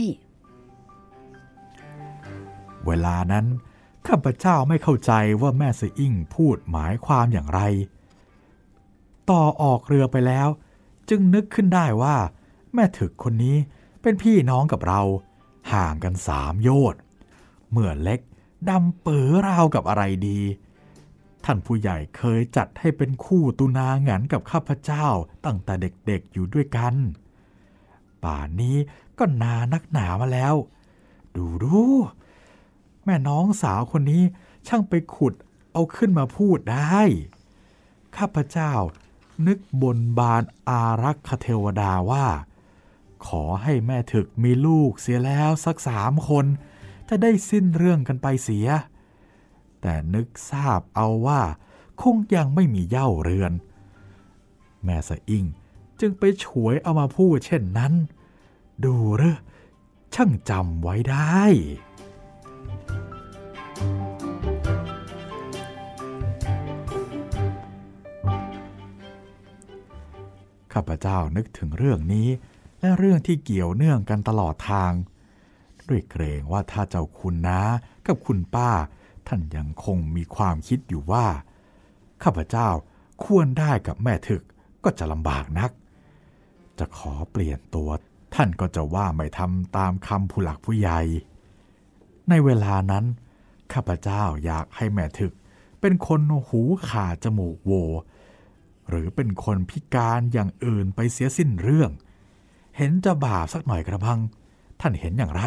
S1: เวลานั้นข้าพเจ้าไม่เข้าใจว่าแม่สะอิ่งพูดหมายความอย่างไรต่อออกเรือไปแล้วจึงนึกขึ้นได้ว่าแม่ถึกคนนี้เป็นพี่น้องกับเราห่างกัน3 โยชน์เมื่อเล็กดำเป๋อราวกับอะไรดีท่านผู้ใหญ่เคยจัดให้เป็นคู่ตุนาหงันกับข้าพเจ้าตั้งแต่เด็กๆอยู่ด้วยกันป่านนี้ก็นานนักหนามาแล้วดูแม่น้องสาวคนนี้ช่างไปขุดเอาขึ้นมาพูดได้ข้าพเจ้านึกบนบานอารักขเทวดาว่าขอให้แม่ถึกมีลูกเสียแล้วสัก3 คนจะได้สิ้นเรื่องกันไปเสียแต่นึกทราบเอาว่าคงยังไม่มีเหย้าเรือนแม่สะอิ่งจึงไปฉวยเอามาพูดเช่นนั้นดูเด้อช่างจำไว้ได้ข้าพเจ้านึกถึงเรื่องนี้และเรื่องที่เกี่ยวเนื่องกันตลอดทางด้วยเกรงว่าถ้าเจ้าคุณน้ากับคุณป้าท่านยังคงมีความคิดอยู่ว่าข้าพเจ้าควรได้กับแม่ถึกก็จะลำบากนักจะขอเปลี่ยนตัวท่านก็จะว่าไม่ทำตามคำผู้หลักผู้ใหญ่ในเวลานั้นข้าพเจ้าอยากให้แม่ถึกเป็นคนหูขาดจมูกโหว่หรือเป็นคนพิการอย่างอื่นไปเสียสิ้นเรื่องเห็นจะบาปสักหน่อยกระบังท่านเห็นอย่างไร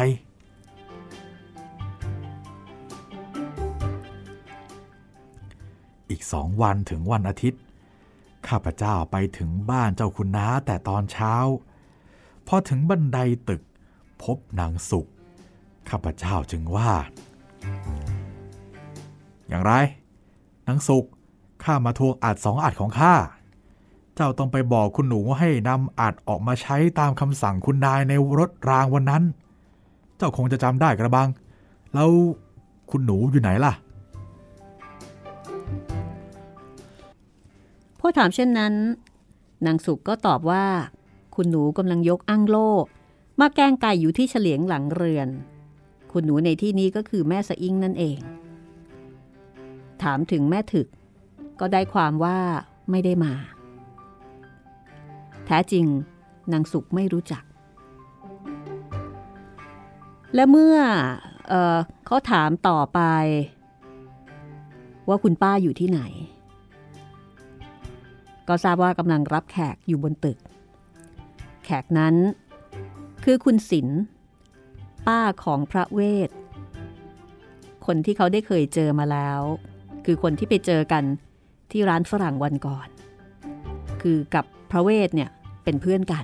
S1: อีก2 วันถึงวันอาทิตย์ข้าพเจ้าไปถึงบ้านเจ้าคุณน้าแต่ตอนเช้าพอถึงบันไดตึกพบนางสุขข้าพเจ้าจึงว่าอย่างไรนางสุขข้ามาทวงอัด2 อัดของข้าเจ้าต้องไปบอกคุณหนูให้นำอัดออกมาใช้ตามคำสั่งคุณนายในรถรางวันนั้นเจ้าคงจะจำได้กระบังแล้วคุณหนูอยู่ไหนล่ะ
S2: พอถามเช่นนั้นนางสุขก็ตอบว่าคุณหนูกำลังยกอั้งโล่มาแกงไก่อยู่ที่เฉลียงหลังเรือนคุณหนูในที่นี้ก็คือแม่สะอิ่งนั่นเองถามถึงแม่ถึกก็ได้ความว่าไม่ได้มาแท้จริงนางสุขไม่รู้จักและเมื่อเขาถามต่อไปว่าคุณป้าอยู่ที่ไหนก็ทราบว่ากำลังรับแขกอยู่บนตึกแขกนั้นคือคุณศิลป์ป้าของพระเวทคนที่เขาได้เคยเจอมาแล้วคือคนที่ไปเจอกันที่ร้านฝรั่งวันก่อนคือกับพระเวทเนี่ยเป็นเพื่อนกัน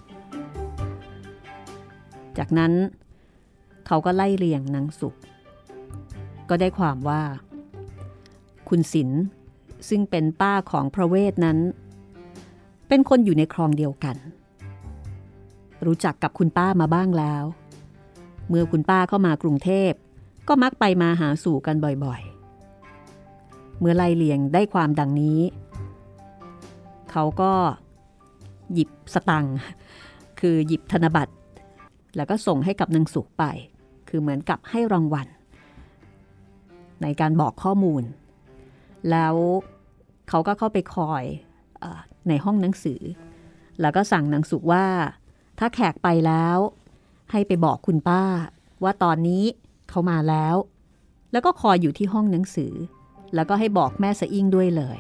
S2: จากนั้นเขาก็ไล่เลียงนางสุขก็ได้ความว่าคุณศิลป์ซึ่งเป็นป้าของพระเวทนั้นเป็นคนอยู่ในครองเดียวกันรู้จักกับคุณป้ามาบ้างแล้วเมื่อคุณป้าเข้ามากรุงเทพก็มักไปมาหาสู่กันบ่อยๆเมื่อไล่เลียงได้ความดังนี้เขาก็หยิบสตังค์คือหยิบธนบัตรแล้วก็ส่งให้กับนางสุขไปคือเหมือนกับให้รางวัลในการบอกข้อมูลแล้วเขาก็เข้าไปคอยในห้องหนังสือแล้วก็สั่งนางสุขว่าถ้าแขกไปแล้วให้ไปบอกคุณป้าว่าตอนนี้เขามาแล้วก็คอยอยู่ที่ห้องหนังสือแล้วก็ให้บอกแม่สะอิ่งด้วยเลย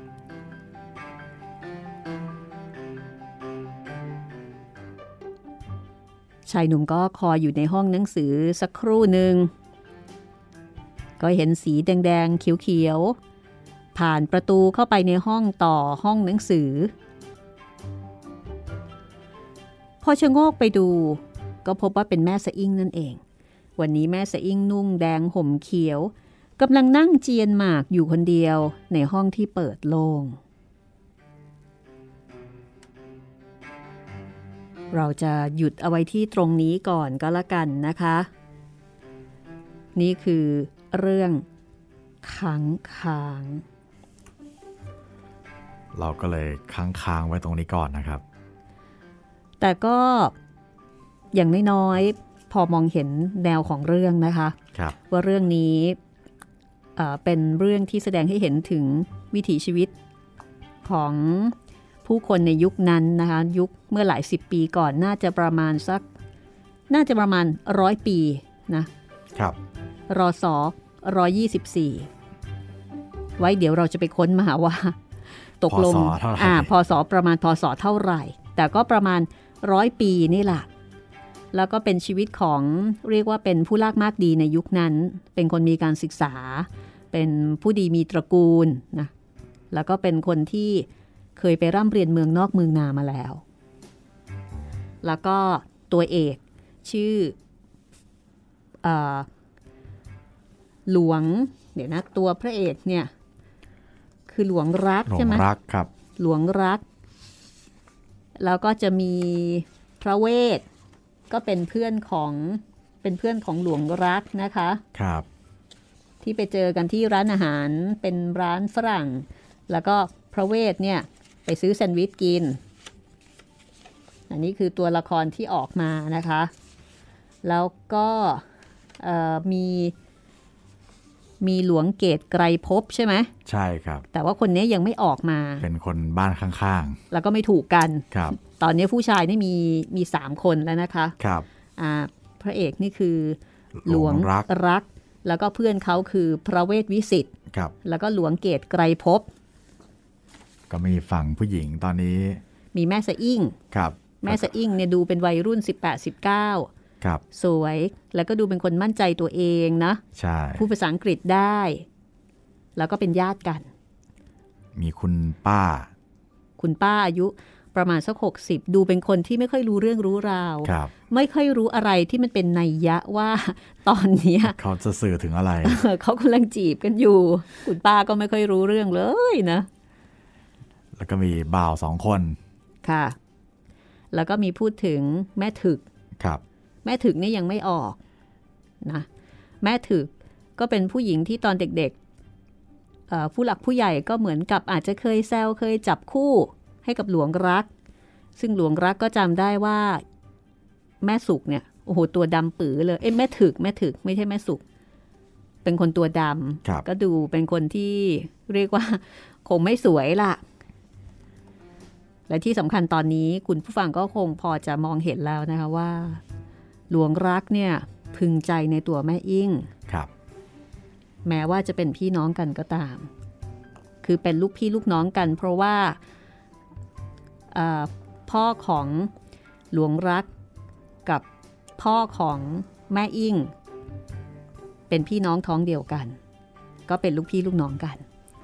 S2: ชายหนุ่มก็คอยอยู่ในห้องหนังสือสักครู่หนึ่งก็เห็นสีแดงๆเขียวๆผ่านประตูเข้าไปในห้องต่อห้องหนังสือพอชะโงกไปดูก็พบว่าเป็นแม่สะอิ่งนั่นเองวันนี้แม่สะอิ่งนุ่งแดงห่มเขียวกำลังนั่งเจียนหมากอยู่คนเดียวในห้องที่เปิดโล่งเราจะหยุดเอาไว้ที่ตรงนี้ก่อนก็แล้วกันนะคะนี่คือเรื่องค้าง
S1: เราก็เลยค้างไว้ตรงนี้ก่อนนะครับ
S2: แต่ก็อย่างน้อยๆพอมองเห็นแนวของเรื่องนะคะว่าเรื่องนี้เป็นเรื่องที่แสดงให้เห็นถึงวิถีชีวิตของผู้คนในยุคนั้นนะคะยุคเมื่อหลาย10 ปีก่อนน่าจะประมาณ100 ปีนะครับรศ124 ไว้เดี๋ยวเราจะไปค้นมาว่าตกลงพศประมาณพศเท่าไหร่แต่ก็ประมาณ100 ปีนี่แหละแล้วก็เป็นชีวิตของเรียกว่าเป็นผู้ลากมากดีในยุคนั้นเป็นคนมีการศึกษาเป็นผู้ดีมีตระกูลนะแล้วก็เป็นคนที่เคยไปร่ำเรียนเมืองนอกเมืองนามาแล้วแล้วก็ตัวเอกชื่อหลวงเดี๋ยวนะตัวพระเอกเนี่ยคือหลวงรักใช่ไหมหลวงรัก
S1: ครับ
S2: หลวงรักแล้วก็จะมีพระเวทก็เป็นเพื่อนของหลวงรักนะคะ
S1: ครับ
S2: ที่ไปเจอกันที่ร้านอาหารเป็นร้านฝรั่งแล้วก็พระเวทเนี่ยไปซื้อแซนด์วิชกินอันนี้คือตัวละครที่ออกมานะคะแล้วก็มีหลวงเกตไกรภพใช่ไหม
S1: ใช่ครับ
S2: แต่ว่าคนนี้ยังไม่ออกมา
S1: เป็นคนบ้านข้าง
S2: ๆแล้วก็ไม่ถูกกัน
S1: ครับ
S2: ตอนนี้ผู้ชายนี่มี3 คนแล้วนะคะ
S1: ครับ
S2: พระเอกนี่คือหลวงรักแล้วก็เพื่อนเขาคือพระเวทวิสิทธิ์
S1: ครับ
S2: แล้วก็หลวงเกตไกรภพ
S1: ก็มีฝั่งผู้หญิงตอนนี้
S2: มีแม่สะอิ่ง
S1: ครับ
S2: แม่สะอิ่งเนี่ยดูเป็นวัยรุ่น18-19
S1: ครับ
S2: สวยแล้วก็ดูเป็นคนมั่นใจตัวเองนะ
S1: ใช่
S2: พูดภาษาอังกฤษได้แล้วก็เป็นญาติกัน
S1: มีคุณป้า
S2: อายุประมาณสัก60ดูเป็นคนที่ไม่ค่อยรู้เรื่องรู้ราวไม่ค่อยรู้อะไรที่มันเป็นนัยยะว่าตอนนี้
S1: เขาจะสื่อถึงอะไร
S2: เขากำลังจีบกันอยู่คุณป้าก็ไม่ค่อยรู้เรื่องเลยนะ
S1: แล้วก็มีบ่าว2 คน
S2: ค่ะแล้วก็มีพูดถึงแม่ถึก
S1: ครับ
S2: แม่ถึกนี่ยังไม่ออกนะแม่ถึกก็เป็นผู้หญิงที่ตอนเด็กๆผู้หลักผู้ใหญ่ก็เหมือนกับอาจจะเคยแซวเคยจับคู่ให้กับหลวงรักซึ่งหลวงรักก็จำได้ว่าแม่สุกเนี่ยโอ้โหตัวดำปื๋อเลยแม่ถึกไม่ใช่แม่สุกเป็นคนตัวดำก็ดูเป็นคนที่เรียกว่าคงไม่สวยล่ะและที่สำคัญตอนนี้คุณผู้ฟังก็คงพอจะมองเห็นแล้วนะคะว่าหลวงรักเนี่ยพึงใจในตัวแม่อิ่ง
S1: ครับ
S2: แม้ว่าจะเป็นพี่น้องกันก็ตามคือเป็นลูกพี่ลูกน้องกันเพราะว่าพ่อของหลวงรักกับพ่อของแม่อิ่งเป็นพี่น้องท้องเดียวกันก็เป็นลูกพี่ลูกน้องกัน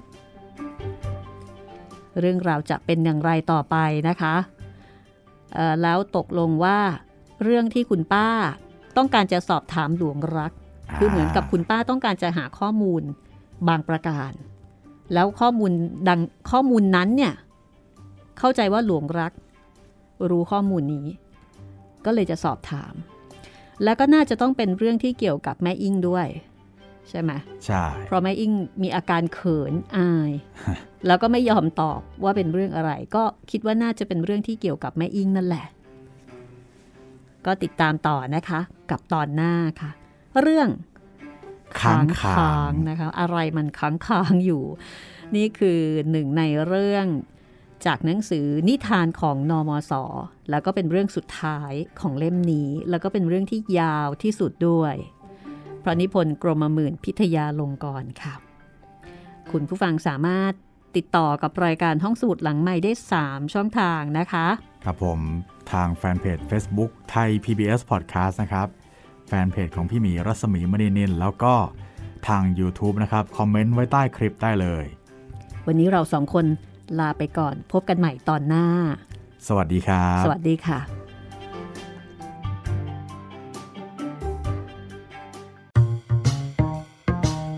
S2: เรื่องราวจะเป็นอย่างไรต่อไปนะคะแล้วตกลงว่าเรื่องที่คุณป้าต้องการจะสอบถามหลวงรักคือเหมือนกับคุณป้าต้องการจะหาข้อมูลบางประการแล้วข้อมูลนั้นเนี่ยเข้าใจว่าหลวงรักรู้ข้อมูลนี้ก็เลยจะสอบถามแล้วก็น่าจะต้องเป็นเรื่องที่เกี่ยวกับแม่อิ่งด้วยใช่ไหม
S1: ใช่
S2: เพราะแม่อิ่งมีอาการเขินอาย แล้วก็ไม่ยอมตอบว่าเป็นเรื่องอะไรก็คิดว่าน่าจะเป็นเรื่องที่เกี่ยวกับแม่อิ่งนั่นแหละก็ติดตามต่อนะคะกับตอนหน้าค่ะเรื่องค้างนะคะอะไรมันค้างอยู่นี่คือหนึ่งในเรื่องจากหนังสือนิทานของนมส.แล้วก็เป็นเรื่องสุดท้ายของเล่มนี้แล้วก็เป็นเรื่องที่ยาวที่สุดด้วยพระนิพนธ์กรมหมื่นพิทยาลงกรณ์ค่ะคุณผู้ฟังสามารถติดต่อกับรายการห้องสมุดหลังไมค์ได้3 ช่องทางนะคะ
S1: ครับผมทางแฟนเพจ Facebook ไทย PBS Podcast นะครับแฟนเพจของพี่หมีรัศมีมณีนินแล้วก็ทาง YouTube นะครับคอมเมนต์ไว้ใต้คลิปได้เลย
S2: วันนี้เรา2 คนลาไปก่อนพบกันใหม่ตอนหน้า
S1: สวัสดีครับ
S2: สวัสดีค่ะ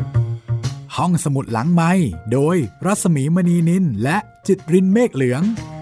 S1: ห้องสมุดหลังไมค์โดยรัศมีมณีนินและจิตรินเมฆเหลือง